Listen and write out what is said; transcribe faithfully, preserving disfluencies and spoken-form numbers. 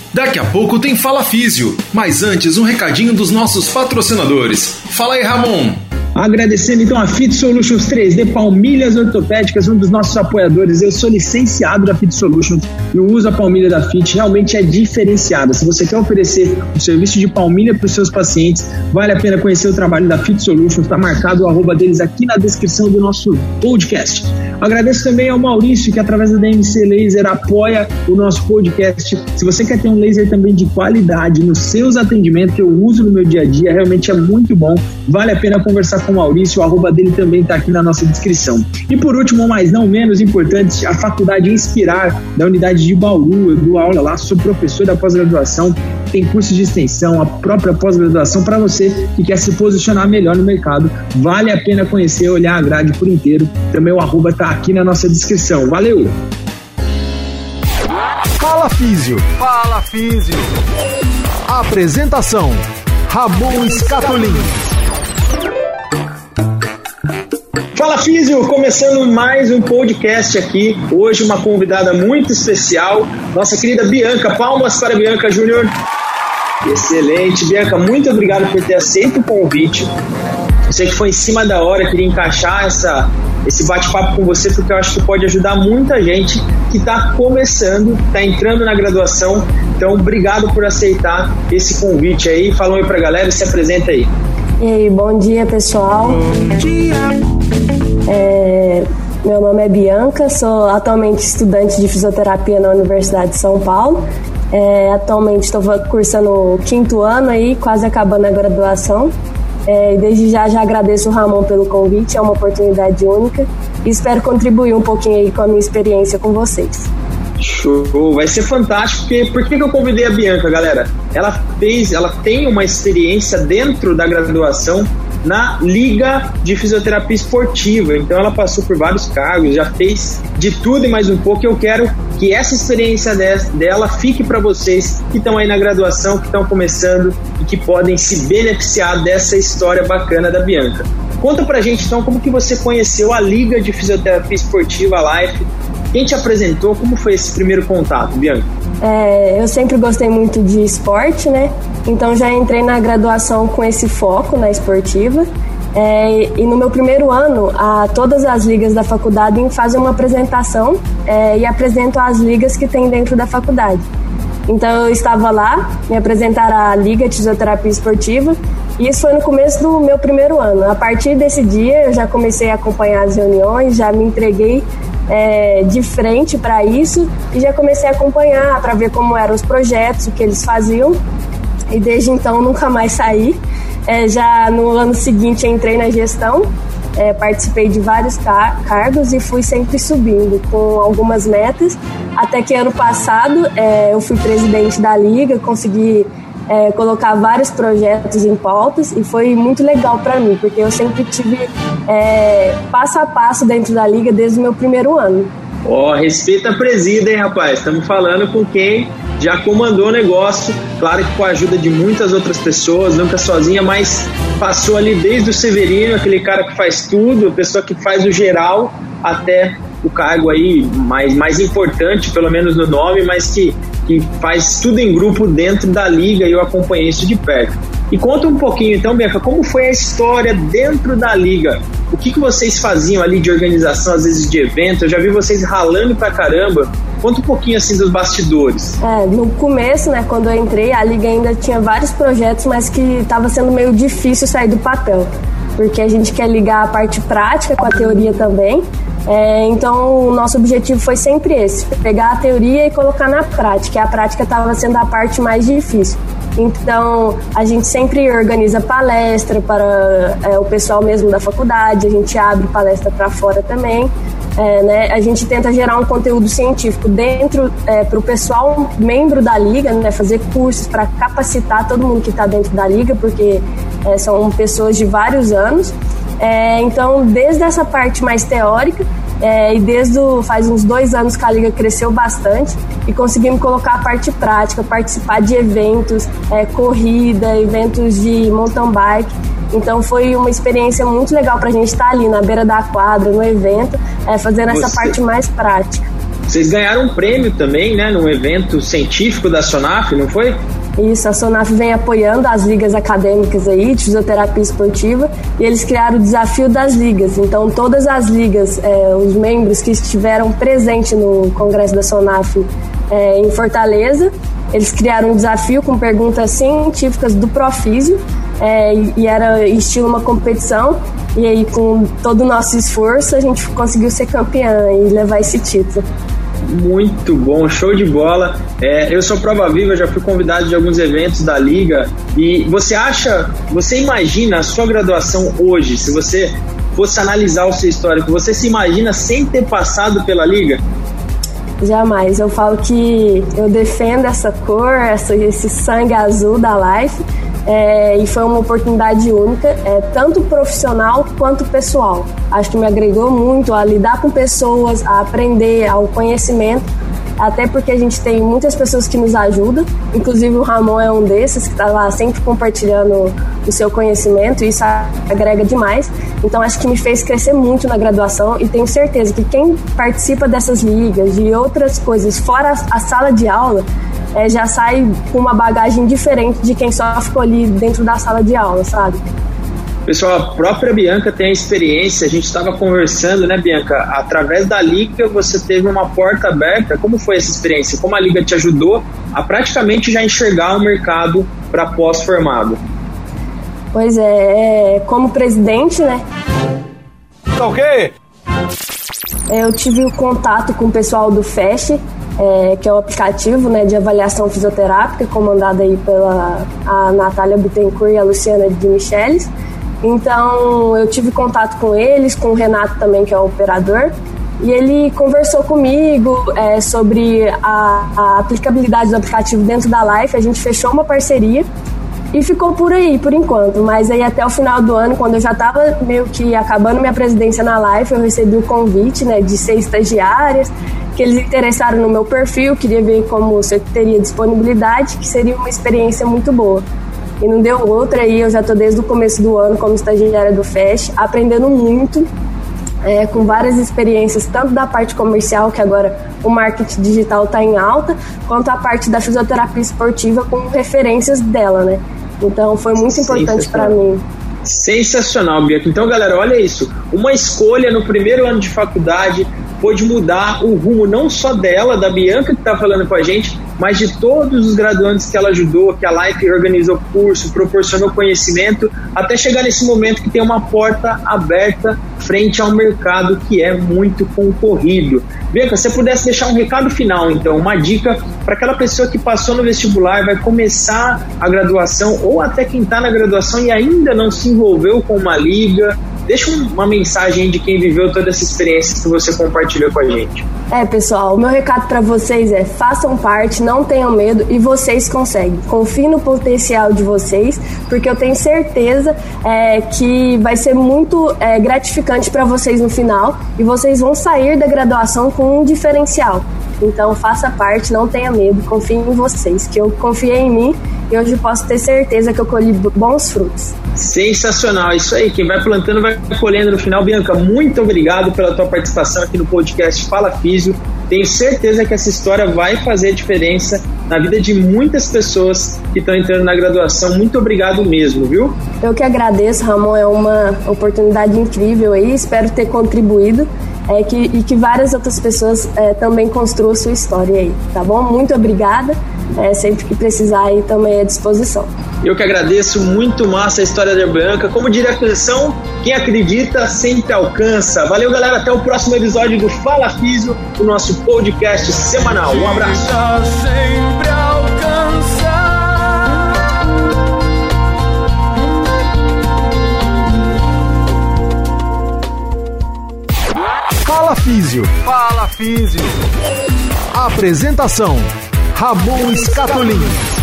Daqui a pouco tem Fala Físio, mas antes um recadinho dos nossos patrocinadores. Fala aí, Ramon! Agradecendo então a Fit Solutions três D Palmilhas Ortopédicas, um dos nossos apoiadores. Eu sou licenciado da Fit Solutions e o uso da palmilha da Fit realmente é diferenciado. Se você quer oferecer um serviço de palmilha para os seus pacientes, vale a pena conhecer o trabalho da Fit Solutions. Está marcado o arroba deles aqui na descrição do nosso podcast. Agradeço também ao Maurício, que através da D M C Laser apoia o nosso podcast. Se você quer ter um laser também de qualidade nos seus atendimentos, que eu uso no meu dia a dia, realmente é muito bom. Vale a pena conversar com o Maurício, o arroba dele também está aqui na nossa descrição. E por último, mas não menos importante, a Faculdade Inspirar, da unidade de Bauru. Eu dou aula lá, sou professor da pós-graduação, tem cursos de extensão, a própria pós-graduação para você que quer se posicionar melhor no mercado. Vale a pena conhecer, olhar a grade por inteiro. Também o arroba está aqui na nossa descrição. Valeu! Fala Físio. Fala Físio. Apresentação: Ramon Scatolin. Fala Físio, começando mais um podcast aqui. Hoje uma convidada muito especial, nossa querida Bianca. Palmas para Bianca Júnior. Excelente, Bianca, muito obrigado por ter aceito o convite. Eu sei que foi em cima da hora, queria encaixar essa, esse bate-papo com você, porque eu acho que pode ajudar muita gente que está começando, está entrando na graduação. Então, obrigado por aceitar esse convite aí. Fala aí pra galera e se apresenta aí. E aí, bom dia, pessoal. Bom dia. É, meu nome é Bianca, sou atualmente estudante de fisioterapia na Universidade de São Paulo. É, atualmente estou cursando o quinto ano aí, quase acabando a graduação. É, desde já já agradeço o Ramon pelo convite, é uma oportunidade única e espero contribuir um pouquinho aí com a minha experiência com vocês. Show, vai ser fantástico, porque por que eu convidei a Bianca, galera? Ela fez, ela tem uma experiência dentro da graduação na Liga de Fisioterapia Esportiva, então ela passou por vários cargos, já fez de tudo e mais um pouco. Eu quero que essa experiência dela fique para vocês que estão aí na graduação, que estão começando e que podem se beneficiar dessa história bacana da Bianca. Conta pra gente então como que você conheceu a Liga de Fisioterapia Esportiva, a Life. Quem te apresentou? Como foi esse primeiro contato, Bianca? É, eu sempre gostei muito de esporte, né? Então já entrei na graduação com esse foco na esportiva. É, e no meu primeiro ano, a, todas as ligas da faculdade fazem uma apresentação é, e apresentam as ligas que tem dentro da faculdade. Então eu estava lá, me apresentaram a Liga de Fisioterapia Esportiva, e isso foi no começo do meu primeiro ano. A partir desse dia eu já comecei a acompanhar as reuniões, já me entreguei é, de frente para isso e já comecei a acompanhar para ver como eram os projetos, o que eles faziam, e desde então nunca mais saí. É, já no ano seguinte entrei na gestão, é, participei de vários car- cargos e fui sempre subindo com algumas metas, até que ano passado é, eu fui presidente da Liga, consegui é, colocar vários projetos em pautas e foi muito legal para mim, porque eu sempre tive é, passo a passo dentro da Liga desde o meu primeiro ano. Ó, oh, respeita a presida, hein, rapaz? Estamos falando com quem já comandou o negócio, claro que com a ajuda de muitas outras pessoas, nunca sozinha, mas passou ali desde o Severino, aquele cara que faz tudo, a pessoa que faz o geral, até o cargo aí mais, mais importante, pelo menos no nome, mas que, que faz tudo em grupo dentro da Liga, e eu acompanhei isso de perto. E conta um pouquinho então, Bianca, como foi a história dentro da Liga? O que, que vocês faziam ali de organização, às vezes de evento? Eu já vi vocês ralando pra caramba. Conta um pouquinho assim dos bastidores. É, no começo, né, quando eu entrei, a Liga ainda tinha vários projetos, mas que estava sendo meio difícil sair do papel, porque a gente quer ligar a parte prática com a teoria também. É, então o nosso objetivo foi sempre esse, pegar a teoria e colocar na prática, e a prática estava sendo a parte mais difícil. Então a gente sempre organiza palestra para é, o pessoal mesmo da faculdade, a gente abre palestra para fora também. É, né, a gente tenta gerar um conteúdo científico dentro é, para o pessoal membro da Liga, né, fazer cursos para capacitar todo mundo que está dentro da Liga, porque é, são pessoas de vários anos. É, então, desde essa parte mais teórica, é, e desde o, faz uns dois anos que a Liga cresceu bastante e conseguimos colocar a parte prática, participar de eventos, é, corrida, eventos de mountain bike. Então foi uma experiência muito legal pra gente estar ali na beira da quadra, no evento, é, fazendo essa Você... parte mais prática. Vocês ganharam um prêmio também, né, num evento científico da SONAF, não foi? Isso, a SONAF vem apoiando as ligas acadêmicas aí de fisioterapia esportiva e eles criaram o desafio das ligas. Então, todas as ligas, é, os membros que estiveram presentes no congresso da SONAF é, em Fortaleza, eles criaram um desafio com perguntas científicas do Profísio é, e era estilo uma competição. E aí, com todo o nosso esforço, a gente conseguiu ser campeã e levar esse título. Muito bom, show de bola. É, eu sou prova viva, já fui convidado de alguns eventos da Liga. E você acha, você imagina a sua graduação hoje, se você fosse analisar o seu histórico, você se imagina sem ter passado pela Liga? Jamais. Eu falo que eu defendo essa cor, essa, esse sangue azul da Life. É, e foi uma oportunidade única, é, tanto profissional quanto pessoal. Acho que me agregou muito a lidar com pessoas, a aprender, ao conhecimento, até porque a gente tem muitas pessoas que nos ajudam, inclusive o Ramon é um desses que está lá sempre compartilhando o seu conhecimento, e isso agrega demais. Então acho que me fez crescer muito na graduação e tenho certeza que quem participa dessas ligas e outras coisas fora a sala de aula É, já sai com uma bagagem diferente de quem só ficou ali dentro da sala de aula, sabe? Pessoal, a própria Bianca tem a experiência, a gente estava conversando, né, Bianca? Através da Liga você teve uma porta aberta. Como foi essa experiência? Como a Liga te ajudou a praticamente já enxergar o mercado para pós-formado? Pois é, é, como presidente, né? Tá ok? Eu tive o contato com o pessoal do FESH, É, que é o aplicativo, né, de avaliação fisioterápica, comandado aí pela a Natália Bittencourt e a Luciana de Michelis. Então, eu tive contato com eles, com o Renato também, que é o operador, e ele conversou comigo é, sobre a, a aplicabilidade do aplicativo dentro da Life. A gente fechou uma parceria e ficou por aí, por enquanto. Mas aí até o final do ano, quando eu já estava meio que acabando minha presidência na Life, eu recebi o convite, né, de ser estagiárias, que eles interessaram no meu perfil, queria ver como você teria disponibilidade, que seria uma experiência muito boa. E não deu outra, aí eu já estou desde o começo do ano como estagiária do FESH, aprendendo muito, é, com várias experiências, tanto da parte comercial, que agora o marketing digital está em alta, quanto a parte da fisioterapia esportiva com referências dela, né? Então foi muito importante para mim. Sensacional, Bianca. Então, galera, olha isso. Uma escolha no primeiro ano de faculdade pôde mudar o rumo não só dela, da Bianca que está falando com a gente, mas de todos os graduantes que ela ajudou, que a Life organizou curso, proporcionou conhecimento, até chegar nesse momento que tem uma porta aberta frente ao mercado que é muito concorrido. Bianca, se você pudesse deixar um recado final, então, uma dica para aquela pessoa que passou no vestibular, vai começar a graduação, ou até quem está na graduação e ainda não se envolveu com uma liga, deixa uma mensagem de quem viveu toda essa experiência que você compartilhou com a gente. É, pessoal, o meu recado para vocês é: façam parte, não tenham medo e vocês conseguem. Confiem no potencial de vocês, porque eu tenho certeza é, que vai ser muito é, gratificante para vocês no final e vocês vão sair da graduação com um diferencial. Então, faça parte, não tenha medo, confie em vocês, que eu confiei em mim e hoje posso ter certeza que eu colhi bons frutos. Sensacional, isso aí, quem vai plantando vai colhendo no final. Bianca, muito obrigado pela tua participação aqui no podcast Fala Físio. Tenho certeza que essa história vai fazer diferença na vida de muitas pessoas que estão entrando na graduação. Muito obrigado mesmo, viu? Eu que agradeço, Ramon, é uma oportunidade incrível aí, espero ter contribuído é, que, e que várias outras pessoas é, também construam a sua história aí, tá bom? Muito obrigada, é, sempre que precisar aí também à disposição. Eu que agradeço, muito massa a história da Bianca. Como diria a expressão, quem acredita sempre alcança. Valeu, galera, até o próximo episódio do Fala Físio, o nosso podcast semanal. Um abraço. Sempre alcançar. Fala Físio. Fala Físio. Apresentação: Ramon Scatolin.